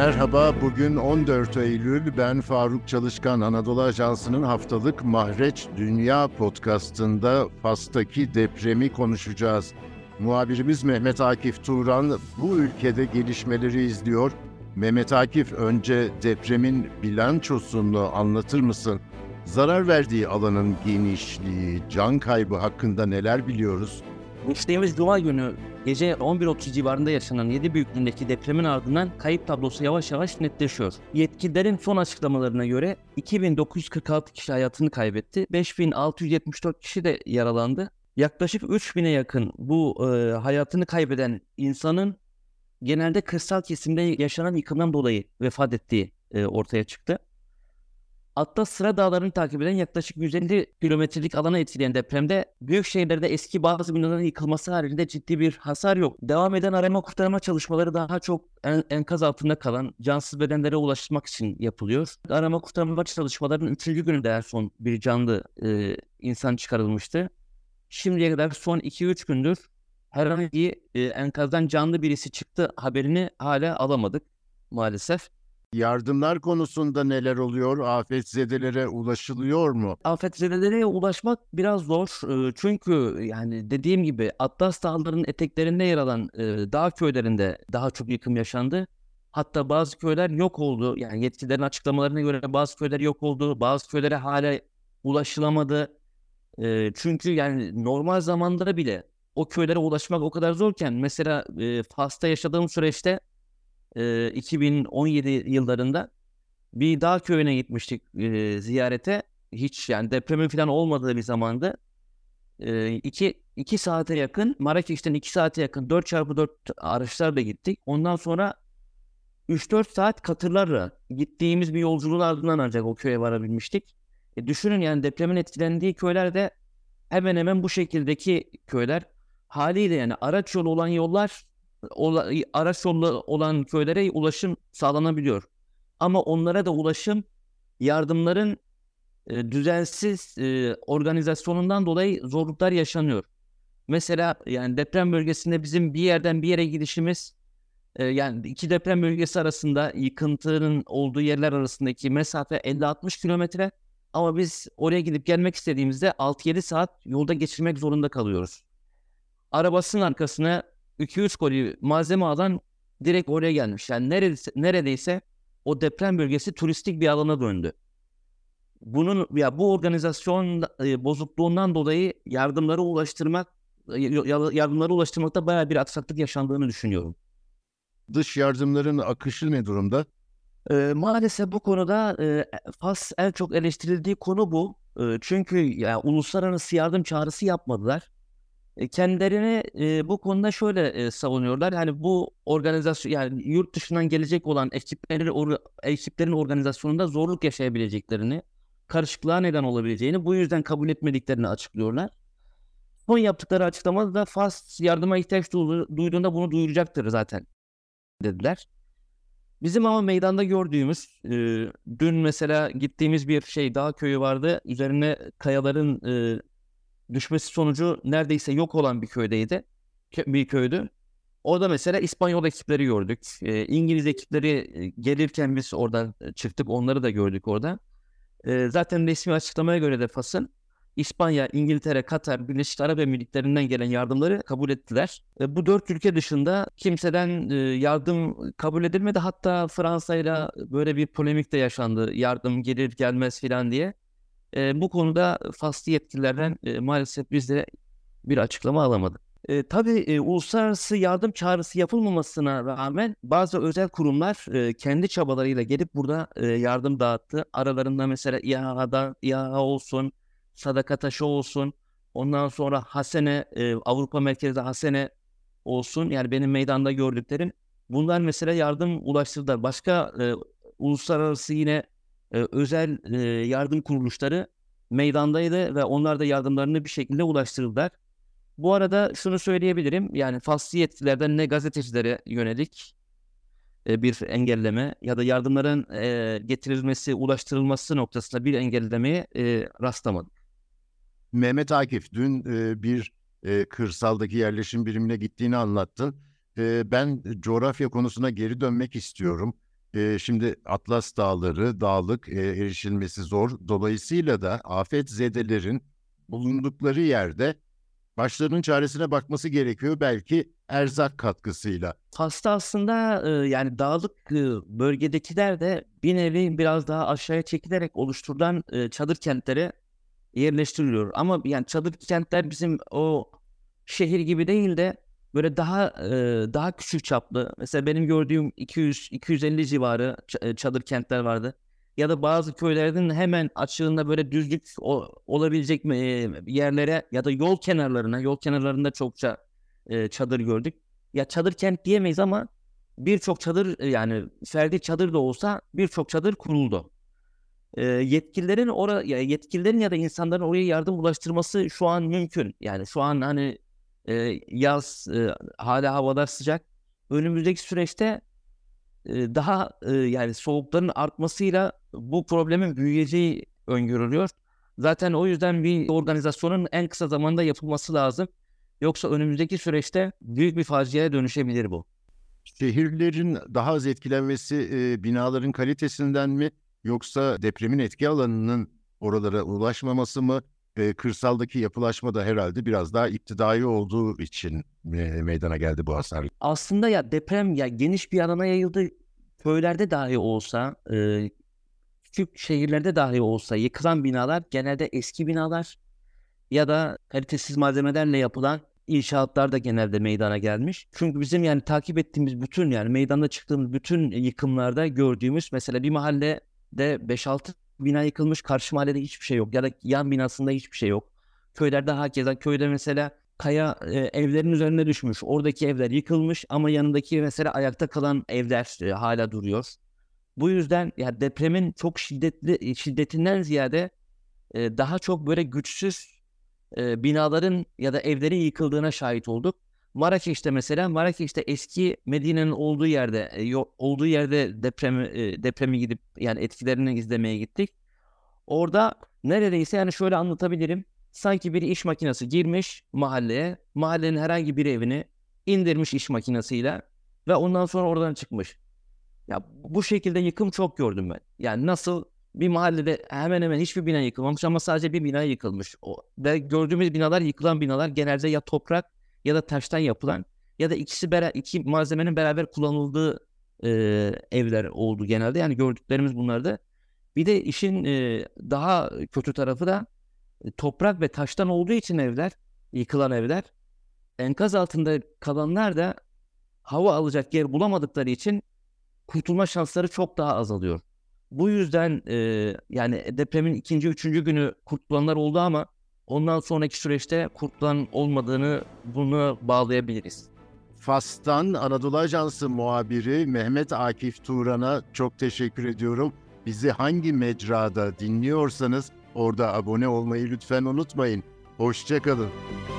Merhaba, bugün 14 Eylül. Ben Faruk Çalışkan, Anadolu Ajansı'nın haftalık Mahreç Dünya podcastında Fas'taki depremi konuşacağız. Muhabirimiz Mehmet Akif Turan bu ülkede gelişmeleri izliyor. Mehmet Akif, önce depremin bilançosunu anlatır mısın? Zarar verdiği alanın genişliği, can kaybı hakkında neler biliyoruz? Geçtiğimiz Cuma günü gece 11.30 civarında yaşanan 7 büyüklüğündeki depremin ardından kayıp tablosu yavaş yavaş netleşiyor. Yetkililerin son açıklamalarına göre 2946 kişi hayatını kaybetti, 5674 kişi de yaralandı. Yaklaşık 3000'e yakın bu hayatını kaybeden insanın genelde kırsal kesimde yaşanan yıkımdan dolayı vefat ettiği ortaya çıktı. Atlas Sıra Dağları'nı takip eden yaklaşık 150 kilometrelik alana etkileyen depremde büyük şehirlerde eski bazı binaların yıkılması haricinde ciddi bir hasar yok. Devam eden arama kurtarma çalışmaları daha çok enkaz altında kalan cansız bedenlere ulaşmak için yapılıyor. Arama kurtarma çalışmalarının 3. gününde en son bir canlı insan çıkarılmıştı. Şimdiye kadar son 2-3 gündür herhangi enkazdan canlı birisi çıktı haberini hala alamadık maalesef. Yardımlar konusunda neler oluyor? Afetzedelere ulaşılıyor mu? Afetzedelere ulaşmak biraz zor. Çünkü yani dediğim gibi Atlas Dağları'nın eteklerinde yer alan dağ köylerinde daha çok yıkım yaşandı. Hatta bazı köyler yok oldu. Yani yetkililerin açıklamalarına göre bazı köyler yok oldu. Bazı köylere hala ulaşılamadı. Çünkü yani normal zamanda bile o köylere ulaşmak o kadar zorken mesela Fas'ta yaşadığım süreçte 2017 yıllarında bir dağ köyüne gitmiştik ziyarete. Hiç yani depremin falan olmadığı bir zamanda. İki saate yakın, Marrakeş'ten 2 saate yakın 4x4 araçlarla gittik. Ondan sonra 3-4 saat katırlarla gittiğimiz bir yolculuğun ardından ancak o köye varabilmiştik. Düşünün yani depremin etkilendiği köyler de hemen hemen bu şekildeki köyler. Haliyle yani araç yolu olan yollar, araç yolu olan köylere ulaşım sağlanabiliyor. Ama onlara da ulaşım yardımların düzensiz organizasyonundan dolayı zorluklar yaşanıyor. Mesela yani deprem bölgesinde bizim bir yerden bir yere gidişimiz yani iki deprem bölgesi arasında yıkıntının olduğu yerler arasındaki mesafe 50-60 kilometre ama biz oraya gidip gelmek istediğimizde 6-7 saat yolda geçirmek zorunda kalıyoruz. Arabasının arkasına 2-3 koli malzeme alan direkt oraya gelmiş. Yani neredeyse o deprem bölgesi turistik bir alana döndü. Bu organizasyon bozukluğundan dolayı yardımları ulaştırmakta bayağı bir aksaklık yaşandığını düşünüyorum. Dış yardımların akışı ne durumda? Maalesef bu konuda Fas en çok eleştirildiği konu bu. Çünkü ya uluslararası yardım çağrısı yapmadılar. Kendilerini bu konuda şöyle savunuyorlar. Yani bu organizasyon yani yurt dışından gelecek olan ekiplerin organizasyonunda zorluk yaşayabileceklerini, karışıklığa neden olabileceğini, bu yüzden kabul etmediklerini açıklıyorlar. Son yaptıkları açıklamada da Fas yardıma ihtiyaç duyduğunda bunu duyuracaktır zaten dediler. Bizim ama meydanda gördüğümüz, dün mesela gittiğimiz bir dağ köyü vardı. Üzerine kayaların düşmesi sonucu neredeyse yok olan bir köydeydi. Bir köydü. Orada mesela İspanyol ekipleri gördük. İngiliz ekipleri gelirken biz oradan çıktık. Onları da gördük orada. Zaten resmi açıklamaya göre de Fas'ın İspanya, İngiltere, Katar, Birleşik Arap Emirlikleri'nden gelen yardımları kabul ettiler. Bu 4 ülke dışında kimseden yardım kabul edilmedi. Hatta Fransa'yla böyle bir polemik de yaşandı. Yardım gelir gelmez filan diye. Bu konuda Faslı yetkililerden maalesef biz de bir açıklama alamadık. Tabii uluslararası yardım çağrısı yapılmamasına rağmen bazı özel kurumlar kendi çabalarıyla gelip burada yardım dağıttı. Aralarında mesela İHA olsun, Sadaka Taşı olsun, ondan sonra Hasene, Avrupa Merkez'de Hasene olsun. Yani benim meydanda gördüklerim. Bunlar mesela yardım ulaştırdılar. Başka uluslararası yine özel yardım kuruluşları meydandaydı ve onlar da yardımlarını bir şekilde ulaştırdılar. Bu arada şunu söyleyebilirim. Yani faslı yetkililerden ne gazetecilere yönelik bir engelleme ya da yardımların getirilmesi, ulaştırılması noktasında bir engellemeye rastlamadım. Mehmet Akif, dün bir kırsaldaki yerleşim birimine gittiğini anlattın. Ben coğrafya konusuna geri dönmek istiyorum. Şimdi Atlas Dağları dağlık, erişilmesi zor. Dolayısıyla da afetzedelerin bulundukları yerde başlarının çaresine bakması gerekiyor belki erzak katkısıyla. Fas'ta aslında yani dağlık bölgedekiler de bir nevi biraz daha aşağıya çekilerek oluşturulan çadır kentlere yerleştiriliyor. Ama yani çadır kentler bizim o şehir gibi değil de böyle daha küçük çaplı. Mesela benim gördüğüm 200-250 civarı çadır kentler vardı. Ya da bazı köylerin hemen açığında böyle düzlük olabilecek yerlere ya da yol kenarlarında çokça çadır gördük. Ya çadır kent diyemeyiz ama birçok çadır yani ferdi çadır da olsa birçok çadır kuruldu. Yetkililerin ya da insanların oraya yardım ulaştırması şu an mümkün. Yani şu an hani yaz, hala havalar sıcak. Önümüzdeki süreçte yani soğukların artmasıyla bu problemin büyüyeceği öngörülüyor. Zaten o yüzden bir organizasyonun en kısa zamanda yapılması lazım. Yoksa önümüzdeki süreçte büyük bir faciaya dönüşebilir bu. Şehirlerin daha az etkilenmesi binaların kalitesinden mi, yoksa depremin etki alanının oralara ulaşmaması mı? Kırsaldaki yapılaşma da herhalde biraz daha iptidai olduğu için meydana geldi bu hasar. Aslında ya deprem ya geniş bir alana yayıldı. Köylerde dahi olsa, küçük şehirlerde dahi olsa yıkılan binalar genelde eski binalar ya da kalitesiz malzemelerle yapılan inşaatlar da genelde meydana gelmiş. Çünkü bizim yani takip ettiğimiz bütün yani meydanda çıktığımız bütün yıkımlarda gördüğümüz mesela bir mahallede 5-6 bina yıkılmış, karşı mahallede hiçbir şey yok ya da yan binasında hiçbir şey yok. Köylerde hakeza köyde mesela kaya evlerin üzerine düşmüş. Oradaki evler yıkılmış ama yanındaki mesela ayakta kalan evler hala duruyor. Bu yüzden ya depremin çok şiddetinden ziyade daha çok böyle güçsüz binaların ya da evlerin yıkıldığına şahit olduk. Marrakeş'te eski Medine'nin olduğu yerde depremi gidip yani etkilerini izlemeye gittik. Orada neredeyse yani şöyle anlatabilirim. Sanki bir iş makinesi girmiş mahalleye, mahallenin herhangi bir evini indirmiş iş makinesiyle ve ondan sonra oradan çıkmış. Ya bu şekilde yıkım çok gördüm ben. Yani nasıl bir mahallede hemen hemen hiçbir bina yıkılmamış ama sadece bir bina yıkılmış. Ve gördüğümüz binalar, yıkılan binalar genelde ya toprak ya da taştan yapılan ya da iki malzemenin beraber kullanıldığı evler oldu genelde. Yani gördüklerimiz bunlardı. Bir de işin daha kötü tarafı da toprak ve taştan olduğu için yıkılan evler, enkaz altında kalanlar da hava alacak yer bulamadıkları için kurtulma şansları çok daha azalıyor. Bu yüzden yani depremin ikinci, üçüncü günü kurtulanlar oldu ama ondan sonraki süreçte kurtulan olmadığını buna bağlayabiliriz. Fas'tan Anadolu Ajansı muhabiri Mehmet Akif Turan'a çok teşekkür ediyorum. Bizi hangi mecrada dinliyorsanız orada abone olmayı lütfen unutmayın. Hoşça kalın.